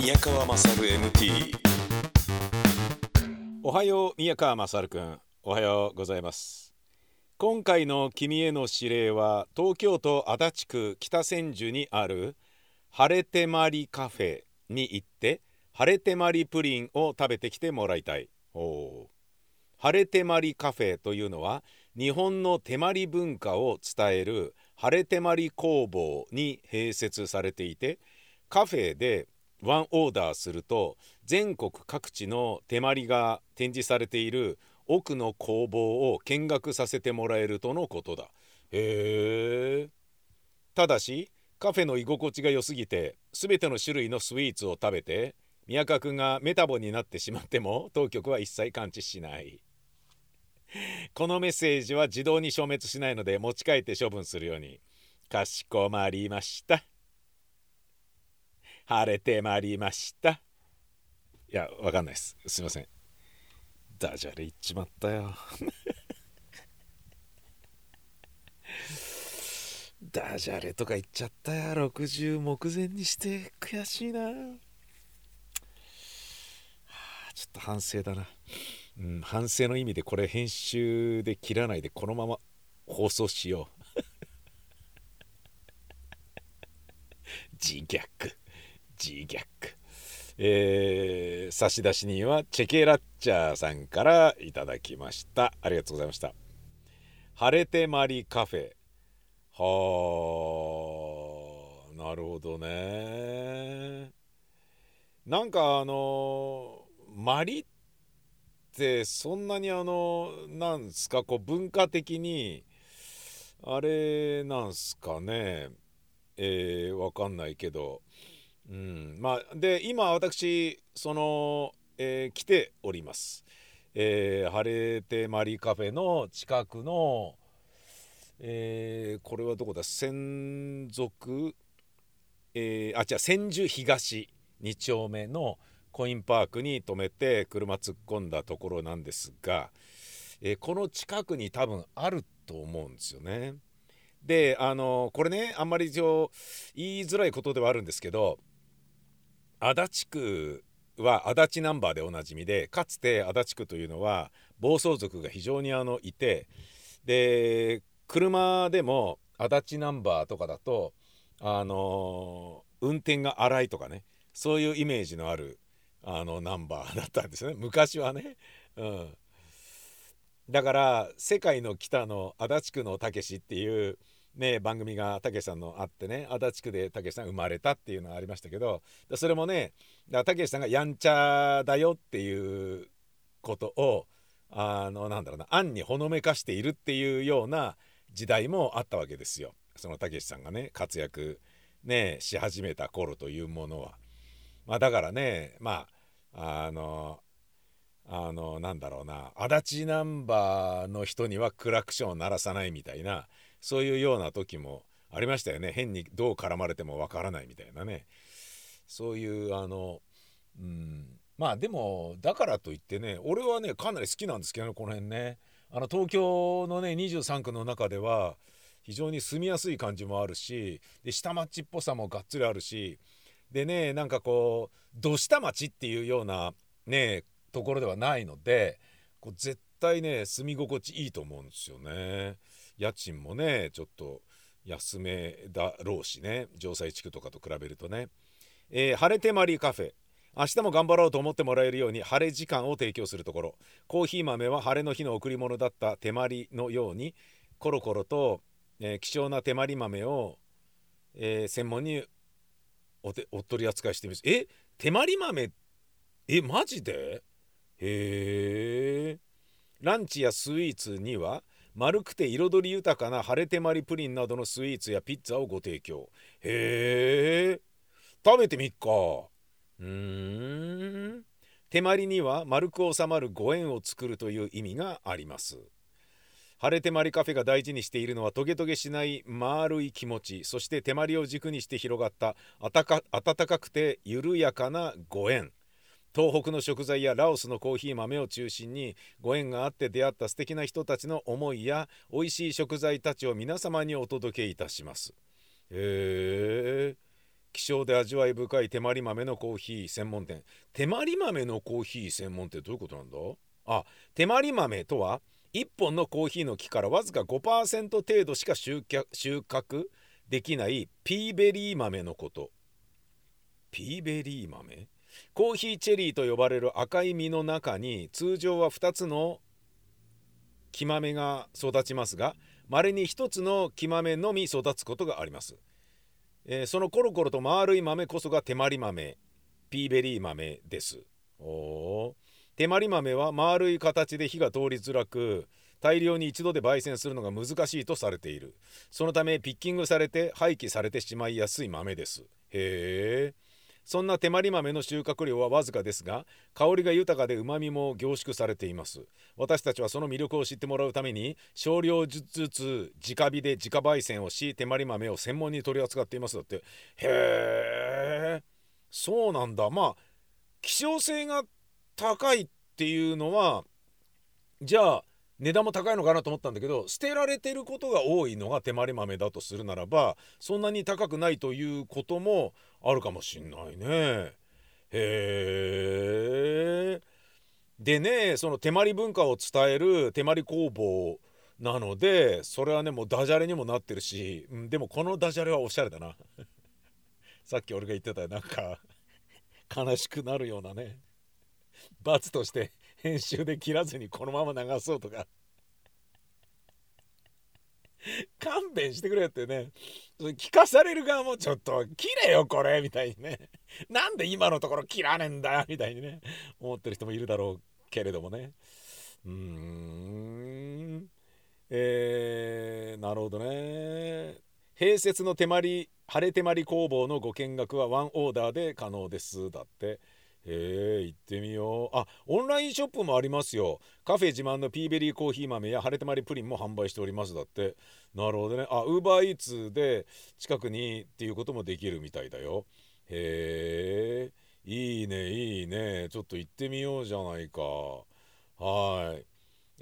宮川勝 MT。 おはよう宮川勝くん、おはようございます。今回の君への指令は東京都足立区北千住にある晴れてまりカフェに行って晴れてまりプリンを食べてきてもらいたい。晴れてまりカフェというのは日本の手まり文化を伝える晴れてまり工房に併設されていて、カフェでワンオーダーすると全国各地の手まりが展示されている奥の工房を見学させてもらえるとのことだ。へえ。ただしカフェの居心地が良すぎて全ての種類のスイーツを食べて宮川くんがメタボになってしまっても当局は一切感知しない。このメッセージは自動に消滅しないので持ち帰って処分するように。かしこまりました。晴れてまいりました。いや、わかんないです。すいません。ダジャレ言っちまったよ。ダジャレとか言っちゃったよ。60目前にして悔しいな。ちょっと反省だな。反省の意味でこれ編集で切らないでこのまま放送しよう。自虐。差出人はチェケラッチャーさんからいただきました。ありがとうございました。晴れてまりカフェ。はあ、なるほどね。なんかまりってそんなになんすか、こう文化的にあれなんすかね。わかんないけど、まあで今私来ております。晴れてまりカフェの近くの、これはどこだ、千属、違う、千住東2丁目のコインパークに止めて車突っ込んだところなんですが、この近くに多分あると思うんですよね。でこれね、あんまり言いづらいことではあるんですけど、足立区は足立ナンバーでおなじみで、かつて足立区というのは暴走族が非常にいて、で車でも足立ナンバーとかだと運転が荒いとかね、そういうイメージのあるナンバーだったんですよね、昔はね。だから世界の北の足立区のたけしっていうね番組がたけしさんのあってね、足立区でたけしさん生まれたっていうのがありましたけど、それもね、たけしさんがやんちゃだよっていうことをなんだろうな、暗にほのめかしているっていうような時代もあったわけですよ。そのたけしさんがね活躍ねし始めた頃というものは。だからね、なんだろうな、足立ナンバーの人にはクラクションを鳴らさないみたいな、そういうような時もありましたよね。変にどう絡まれてもわからないみたいなね、そういうでもだからといってね、俺はねかなり好きなんですけどね、この辺ね。東京のね23区の中では非常に住みやすい感じもあるし、で下町っぽさもがっつりあるし、でね、なんかこうど下町っていうようなねところではないので、こう絶対ね住み心地いいと思うんですよね。家賃もねちょっと安めだろうしね、城西地区とかと比べるとね。晴れてまりカフェ、明日も頑張ろうと思ってもらえるように晴れ時間を提供するところ。コーヒー豆は晴れの日の贈り物だった手まりのようにコロコロと、希少な手まり豆を、専門にお取り扱いしてみます。手まり豆、マジで？へえ。ランチやスイーツには丸くて彩り豊かな晴れてまりプリンなどのスイーツやピッツァをご提供。へえ、食べてみっか。手まりには丸く収まるご縁を作るという意味があります。晴れてまりカフェが大事にしているのはトゲトゲしない丸い気持ち、そして手まりを軸にして広がった温かくて緩やかなご縁。東北の食材やラオスのコーヒー豆を中心にご縁があって出会った素敵な人たちの思いや美味しい食材たちを皆様にお届けいたします。へえ。 希少で味わい深い手まり豆のコーヒー専門店。手まり豆のコーヒー専門店どういうことなんだ？手まり豆とは1本のコーヒーの木からわずか 5% 程度しか収穫できないピーベリー豆のこと。ピーベリー豆、コーヒーチェリーと呼ばれる赤い実の中に通常は2つの木豆が育ちますが、稀に1つの木豆のみ育つことがあります。そのコロコロと丸い豆こそが手まり豆、ピーベリー豆です。手まり豆は丸い形で火が通りづらく、大量に一度で焙煎するのが難しいとされている。そのためピッキングされて廃棄されてしまいやすい豆です。へえ。そんな手まり豆の収穫量はわずかですが、香りが豊かで旨味も凝縮されています。私たちはその魅力を知ってもらうために、少量ずつ直火で自家焙煎をし、手まり豆を専門に取り扱っています。だって。へえ、そうなんだ。希少性が高いっていうのは、じゃあ値段も高いのかなと思ったんだけど、捨てられてることが多いのが手まり豆だとするならば、そんなに高くないということもあるかもしんないね。へえ。でね、その手まり文化を伝える手まり工房なので、それはねもうダジャレにもなってるし、でもこのダジャレはおしゃれだな。さっき俺が言ってたなんか悲しくなるようなね、罰として編集で切らずにこのまま流そうとか勘弁してくれってね、聞かされる側もちょっと切れよこれみたいにね、なんで今のところ切らねえんだよみたいにね思ってる人もいるだろうけれどもね。なるほどね。併設の晴れ手まり工房のご見学はワンオーダーで可能ですだって。行ってみよう。オンラインショップもありますよ。カフェ自慢のピーベリーコーヒー豆や晴れ手まりプリンも販売しておりますだって。なるほどね。ウーバーイーツで近くにっていうこともできるみたいだよ。いいねいいね。ちょっと行ってみようじゃないか。はい。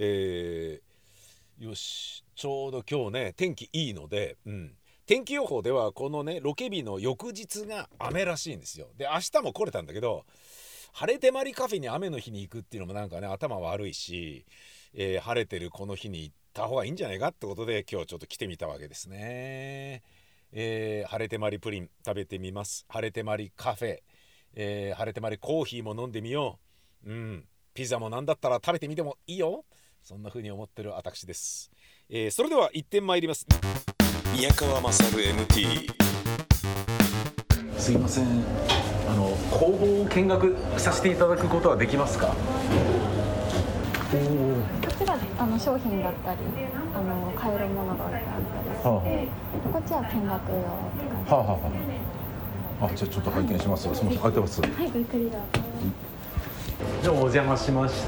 よし、ちょうど今日ね天気いいので、天気予報ではこのねロケ日の翌日が雨らしいんですよ。で明日も来れたんだけど、晴れてまりカフェに雨の日に行くっていうのもなんかね頭悪いし、晴れてるこの日に行った方がいいんじゃないかってことで今日ちょっと来てみたわけですね。晴れてまりプリン食べてみます。晴れてまりカフェ、晴れてまりコーヒーも飲んでみよう。ピザもなんだったら食べてみてもいいよ。そんな風に思ってる私です。それでは一点参ります。宮川勝 MT。 すいません、工房を見学させていただくことはできますか？ こちら商品だったり買えるものが置いてあったりして、こっちは見学用って感じです。 じゃあちょっと拝見しますよ。すみません、入ってます。 はい、ごゆっくりどうぞ。 じゃあお邪魔しました。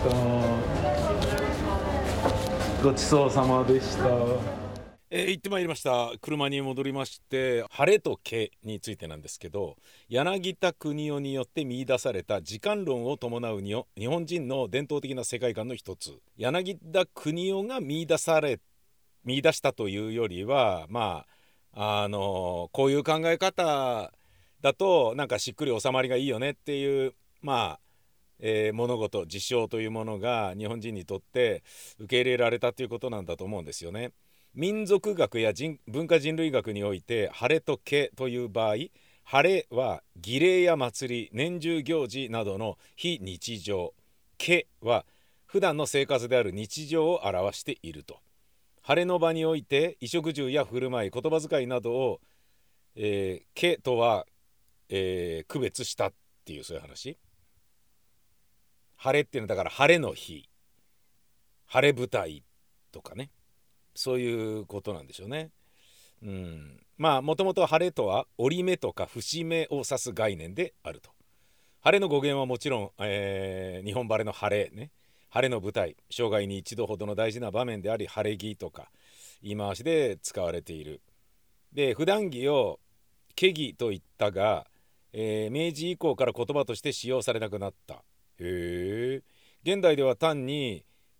ごちそうさまでした。 行ってまいりました。車に戻りまして、晴れと毛についてなんですけど、柳田国男によって見出された時間論を伴う日本人の伝統的な世界観の一つ。柳田国男が見出したというよりは、こういう考え方だとなんかしっくり収まりがいいよねっていう物事、事象というものが日本人にとって受け入れられたということなんだと思うんですよね。民族学や文化人類学において晴れと毛という場合、晴れは儀礼や祭り、年中行事などの非日常、毛は普段の生活である日常を表していると。晴れの場において衣食住や振る舞い、言葉遣いなどを、毛とは、区別したっていう、そういう話。晴れっていうのはだから晴れの日、晴れ舞台とかね、そういうことなんでしょうね。もともと晴れとは折り目とか節目を指す概念であると。晴れの語源はもちろん、日本晴れの晴れね、晴れの舞台、生涯に一度ほどの大事な場面であり、晴れ着とか言い回しで使われている。で、普段着を毛着と言ったが、明治以降から言葉として使用されなくなった。現代では単に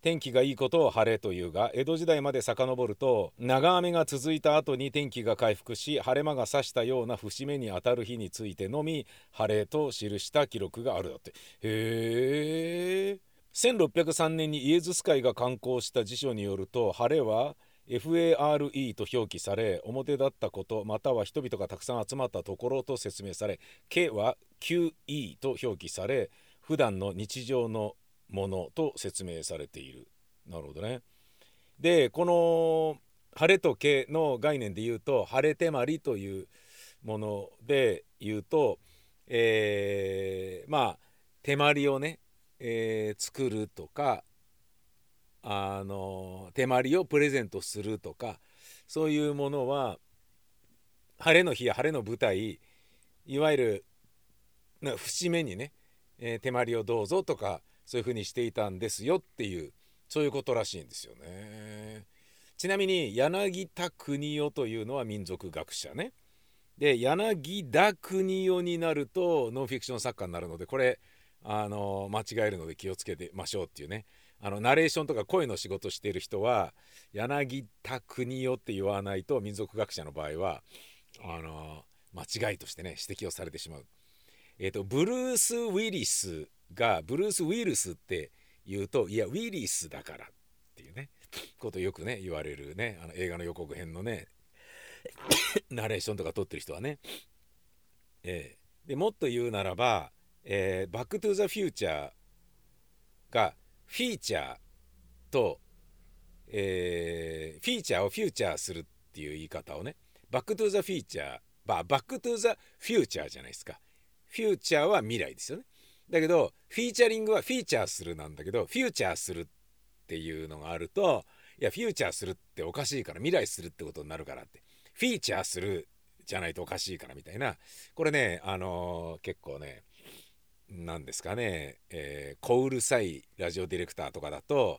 天気がいいことを晴れというが、江戸時代まで遡ると長雨が続いた後に天気が回復し晴れ間が差したような節目にあたる日についてのみ晴れと記した記録があるだって。へえ。1603年にイエズス会が刊行した辞書によると、晴れはFARE と表記され、表立ったことまたは人々がたくさん集まったところと説明され、けは QE と表記され、普段の日常のものと説明されている。なるほどね。でこの晴れとけの概念で言うと、晴れ手まりというもので言うと、まあ手まりをね、作るとか、手まりをプレゼントするとか、そういうものは晴れの日や晴れの舞台、いわゆる節目にね、手まりをどうぞとか、そういう風にしていたんですよっていう、そういうことらしいんですよね。ちなみに柳田国男というのは民族学者ね。で柳田国男になるとノンフィクション作家になるので、これ間違えるので気をつけてましょうっていうね。ナレーションとか声の仕事している人は柳田国男って言わないと、民族学者の場合は間違いとしてね指摘をされてしまう。ブルース・ウィリスがブルース・ウィルスって言うと、いやウィリスだからっていうねことをよくね言われるね。映画の予告編のねナレーションとか撮ってる人はね、でもっと言うならば、バック・トゥ・ザ・フューチャーがフィーチャーと、フィーチャーをフューチャーするっていう言い方をね、バック・トゥ・ザ・フィーチャー、バック・トゥ・ザ・フューチャーじゃないですか。フューチャーは未来ですよね。だけどフィーチャリングはフィーチャーするなんだけど、フューチャーするっていうのがあると、いやフューチャーするっておかしいから、未来するってことになるからって、フィーチャーするじゃないとおかしいからみたいな、これね結構ねなんですかね、小うるさいラジオディレクターとかだと、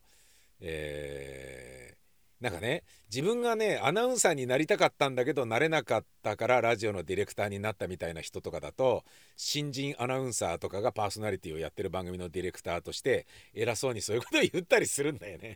なんかね、自分がねアナウンサーになりたかったんだけどなれなかったからラジオのディレクターになったみたいな人とかだと、新人アナウンサーとかがパーソナリティをやってる番組のディレクターとして偉そうにそういうことを言ったりするんだよね。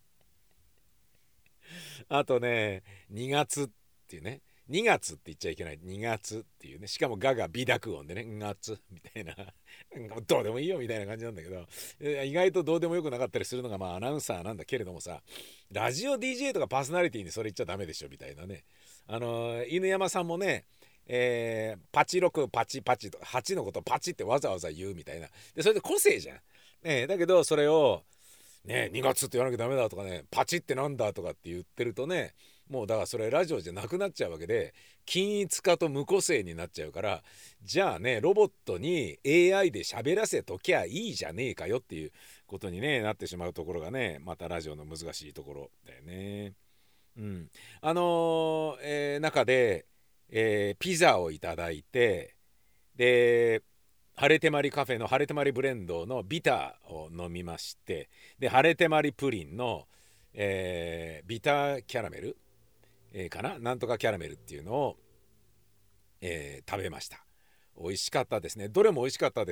あとね、2月っていうね、2月って言っちゃいけない、2月っていうね、しかもが微濁音でね、2月みたいなどうでもいいよみたいな感じなんだけど、意外とどうでもよくなかったりするのがアナウンサーなんだけれどもさ、ラジオ DJ とかパーソナリティにそれ言っちゃダメでしょみたいなね。犬山さんもね、パチ6パチパチとか8のことパチってわざわざ言うみたいな。でそれで個性じゃん、だけどそれをね、2月って言わなきゃダメだとかね、パチってなんだとかって言ってるとね、もうだからそれラジオじゃなくなっちゃうわけで、均一化と無個性になっちゃうから、じゃあねロボットに AI で喋らせときゃいいじゃねえかよっていうことに、ね、なってしまうところがね、またラジオの難しいところだよね。中で、ピザをいただいて、で晴れてまりカフェの晴れてまりブレンドのビターを飲みまして、で晴れてまりプリンの、ビターキャラメル、かな、なんとかキャラメルっていうのを、食べました。美味しかったですね。どれも美味しかったです。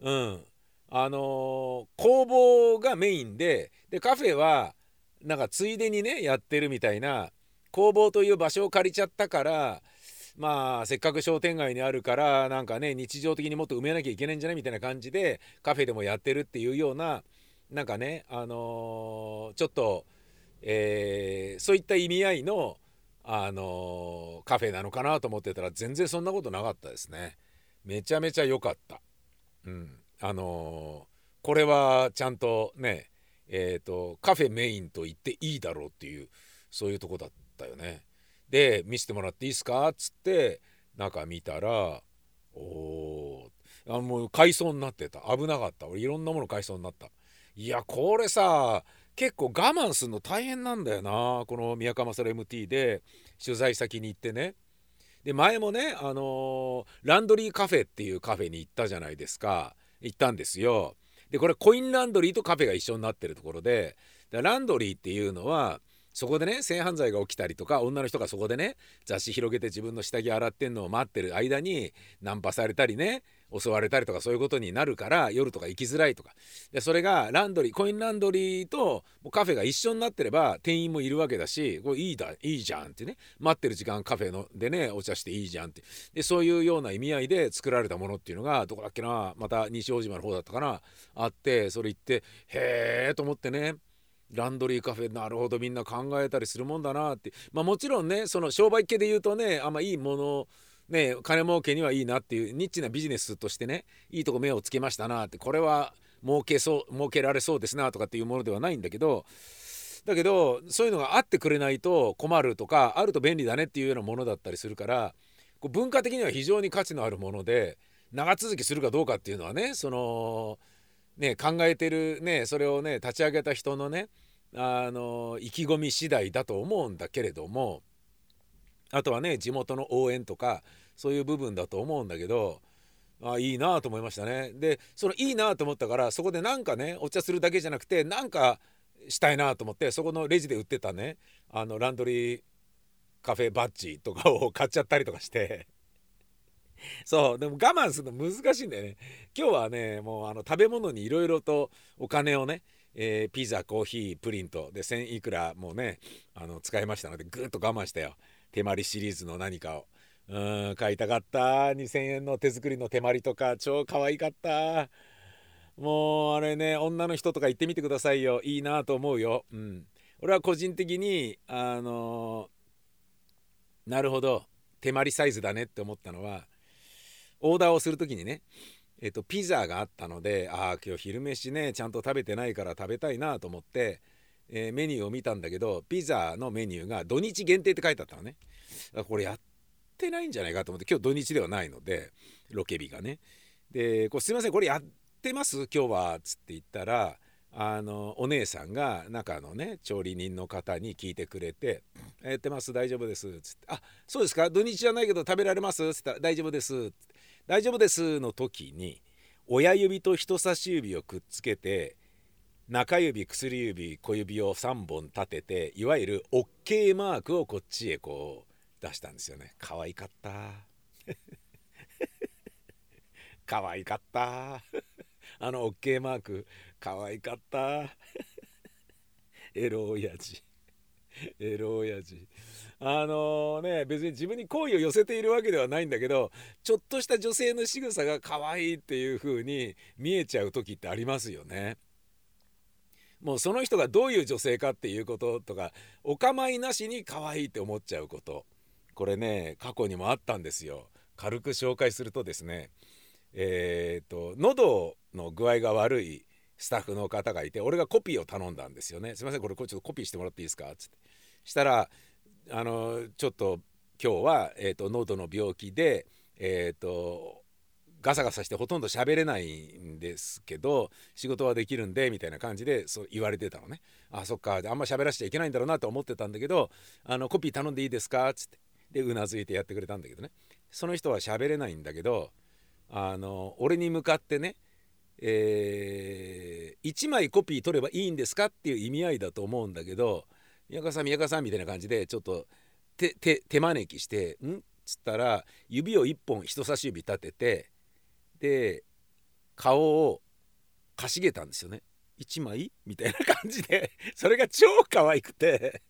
工房がメインでカフェはなんかついでにねやってるみたいな、工房という場所を借りちゃったから、せっかく商店街にあるからなんかね日常的にもっと埋めなきゃいけないんじゃないみたいな感じでカフェでもやってるっていうような、なんかねちょっと、そういった意味合いのカフェなのかなと思ってたら、全然そんなことなかったですね。めちゃめちゃ良かった。これはちゃんとねカフェメインと言っていいだろうっていう、そういうとこだったよね。で見せてもらっていいですかっつって中見たら、もう買いそうになってた。危なかった。俺いろんなもの買いそうになった。いやこれさ結構我慢するの大変なんだよな。この宮川勝 MT で取材先に行ってね、で前もねランドリーカフェっていうカフェに行ったじゃないですか。行ったんですよ。でこれコインランドリーとカフェが一緒になってるところで、ランドリーっていうのはそこでね性犯罪が起きたりとか、女の人がそこでね雑誌広げて自分の下着洗ってんのを待ってる間にナンパされたりね、 襲われたりとかそういうことになるから夜とか行きづらいとかで、それがコインランドリーともうカフェが一緒になってれば店員もいるわけだし、これいいじゃんってね、待ってる時間カフェのでねお茶していいじゃんって、でそういうような意味合いで作られたものっていうのがどこだっけな、また西大島の方だったかな、あって、それ行ってへーと思ってね、ランドリーカフェなるほどみんな考えたりするもんだなって、もちろんねその商売系で言うとねあんまいいものね金儲けにはいいなっていうニッチなビジネスとしてねいいとこ目をつけましたなって、これは儲けられそうですなとかっていうものではないんだけどそういうのがあってくれないと困るとかあると便利だねっていうようなものだったりするから、こう文化的には非常に価値のあるもので長続きするかどうかっていうのはね考えてるねそれをね立ち上げた人のね意気込み次第だと思うんだけれども、あとはね地元の応援とかそういう部分だと思うんだけど、いいなと思いましたね。でそのいいなと思ったからそこでなんかねお茶するだけじゃなくてなんかしたいなと思って、そこのレジで売ってたねランドリーカフェバッジとかを買っちゃったりとかしてそうでも我慢するの難しいんだよね。今日はねもう食べ物にいろいろとお金をね、ピザコーヒープリントで1000いくらもうね使いましたのでぐっと我慢したよ。手まりシリーズの何かを買いたかった。2000円の手作りの手まりとか超可愛かった。もうあれね女の人とか行ってみてくださいよ、いいなと思うよ。俺は個人的になるほど手まりサイズだねって思ったのは、オーダーをするときにねピザがあったので今日昼飯ねちゃんと食べてないから食べたいなと思って、メニューを見たんだけどピザのメニューが土日限定って書いてあったのね。これやってないんじゃないかと思って、今日土日ではないのでロケ日がね、ですいませんこれやってます今日はつって言ったらお姉さんが中のね調理人の方に聞いてくれて「やってます大丈夫です」つって「そうですか土日じゃないけど食べられます」つったら「大丈夫です」大丈夫ですの時に親指と人差し指をくっつけて中指薬指小指を3本立てていわゆる OK マークをこっちへこう出したんですよね。可愛かった可愛かったOK マーク可愛かったエロ親父エロ親父別に自分に好意を寄せているわけではないんだけど、ちょっとした女性の仕草が可愛いっていう風に見えちゃう時ってありますよね。もうその人がどういう女性かっていうこととかお構いなしに可愛いって思っちゃうこと、これね過去にもあったんですよ。軽く紹介するとですね喉の具合が悪いスタッフの方がいて、俺がコピーを頼んだんですよね。すいませんこれちょっとコピーしてもらっていいですかつって、したらちょっと今日は、喉の病気でガサガサしてほとんど喋れないんですけど仕事はできるんでみたいな感じでそう言われてたのね。そっかあんま喋らせちゃいけないんだろうなと思ってたんだけどコピー頼んでいいですかつってでうなずいてやってくれたんだけどね、その人は喋れないんだけど俺に向かってね、1枚コピー取ればいいんですかっていう意味合いだと思うんだけど、宮川さんみたいな感じでちょっと手招きして「ん?」っつったら指を1本人差し指立ててで顔をかしげたんですよね。1枚みたいな感じでそれが超可愛くて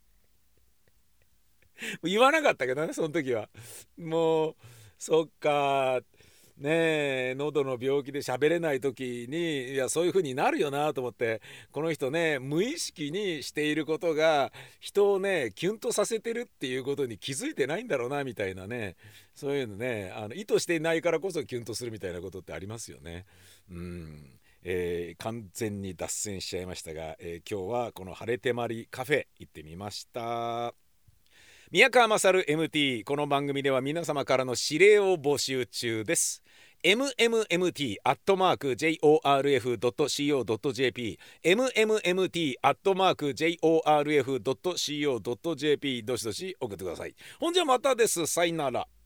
言わなかったけどねその時は。もうそっかねえ喉の病気で喋れない時にいやそういう風になるよなと思って、この人ね無意識にしていることが人をねキュンとさせてるっていうことに気づいてないんだろうなみたいなね、そういうのね意図していないからこそキュンとするみたいなことってありますよね。完全に脱線しちゃいましたが、今日はこの晴れてまりカフェ行ってみました。宮川勝 MT、 この番組では皆様からの指令を募集中です。mmmt@jorf.co.jp mmmt@jorf.co.jp どしどし送ってください。ほんじゃまたです。さいなら。